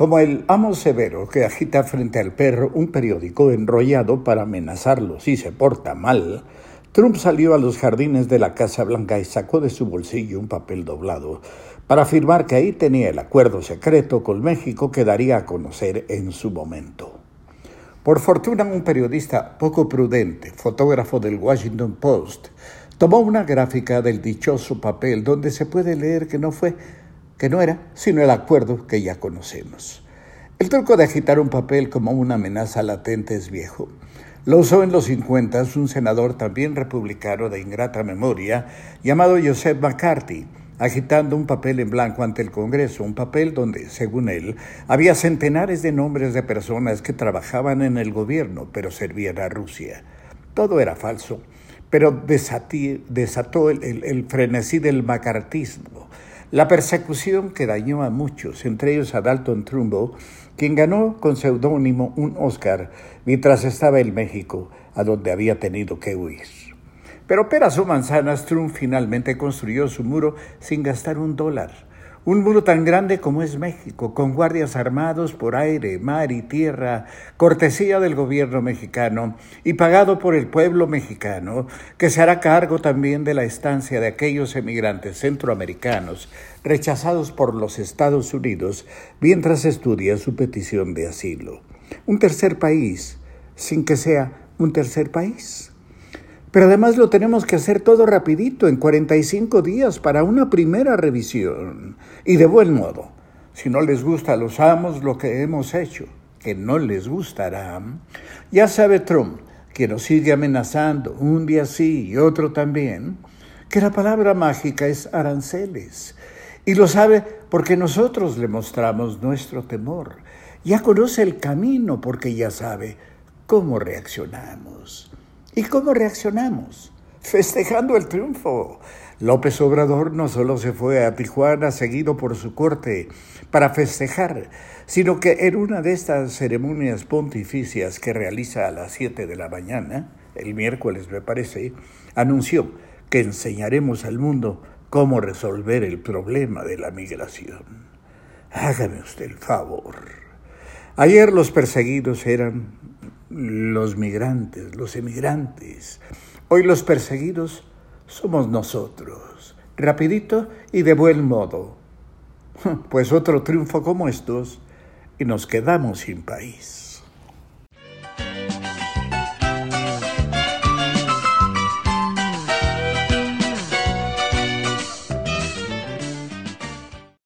Como el amo severo que agita frente al perro un periódico enrollado para amenazarlo si se porta mal, Trump salió a los jardines de la Casa Blanca y sacó de su bolsillo un papel doblado para afirmar que ahí tenía el acuerdo secreto con México que daría a conocer en su momento. Por fortuna, un periodista poco prudente, fotógrafo del Washington Post, tomó una gráfica del dichoso papel donde se puede leer que no era sino el acuerdo que ya conocemos. El truco de agitar un papel como una amenaza latente es viejo. Lo usó en los 50 un senador también republicano de ingrata memoria llamado Joseph McCarthy, agitando un papel en blanco ante el Congreso, un papel donde, según él, había centenares de nombres de personas que trabajaban en el gobierno, pero servían a Rusia. Todo era falso, pero desató el frenesí del macartismo, la persecución que dañó a muchos, entre ellos a Dalton Trumbo, quien ganó con seudónimo un Oscar mientras estaba en México, a donde había tenido que huir. Pero peras o manzanas, Trump finalmente construyó su muro sin gastar $1. Un muro tan grande como es México, con guardias armados por aire, mar y tierra, cortesía del gobierno mexicano y pagado por el pueblo mexicano, que se hará cargo también de la estancia de aquellos emigrantes centroamericanos rechazados por los Estados Unidos mientras estudia su petición de asilo. Un tercer país, sin que sea un tercer país. Pero además lo tenemos que hacer todo rapidito, en 45 días para una primera revisión. Y de buen modo. Si no les gusta a los amos lo que hemos hecho, que no les gustará, ya sabe Trump, que nos sigue amenazando un día sí y otro también, que la palabra mágica es aranceles. Y lo sabe porque nosotros le mostramos nuestro temor. Ya conoce el camino porque ya sabe cómo reaccionamos. ¿Y cómo reaccionamos? Festejando el triunfo. López Obrador no solo se fue a Tijuana seguido por su corte para festejar, sino que en una de estas ceremonias pontificias que realiza a las 7 de la mañana, el miércoles me parece, anunció que enseñaremos al mundo cómo resolver el problema de la migración. Hágame usted el favor. Ayer los perseguidos eran los migrantes, los emigrantes. Hoy los perseguidos somos nosotros. Rapidito y de buen modo. Pues otro triunfo como estos y nos quedamos sin país.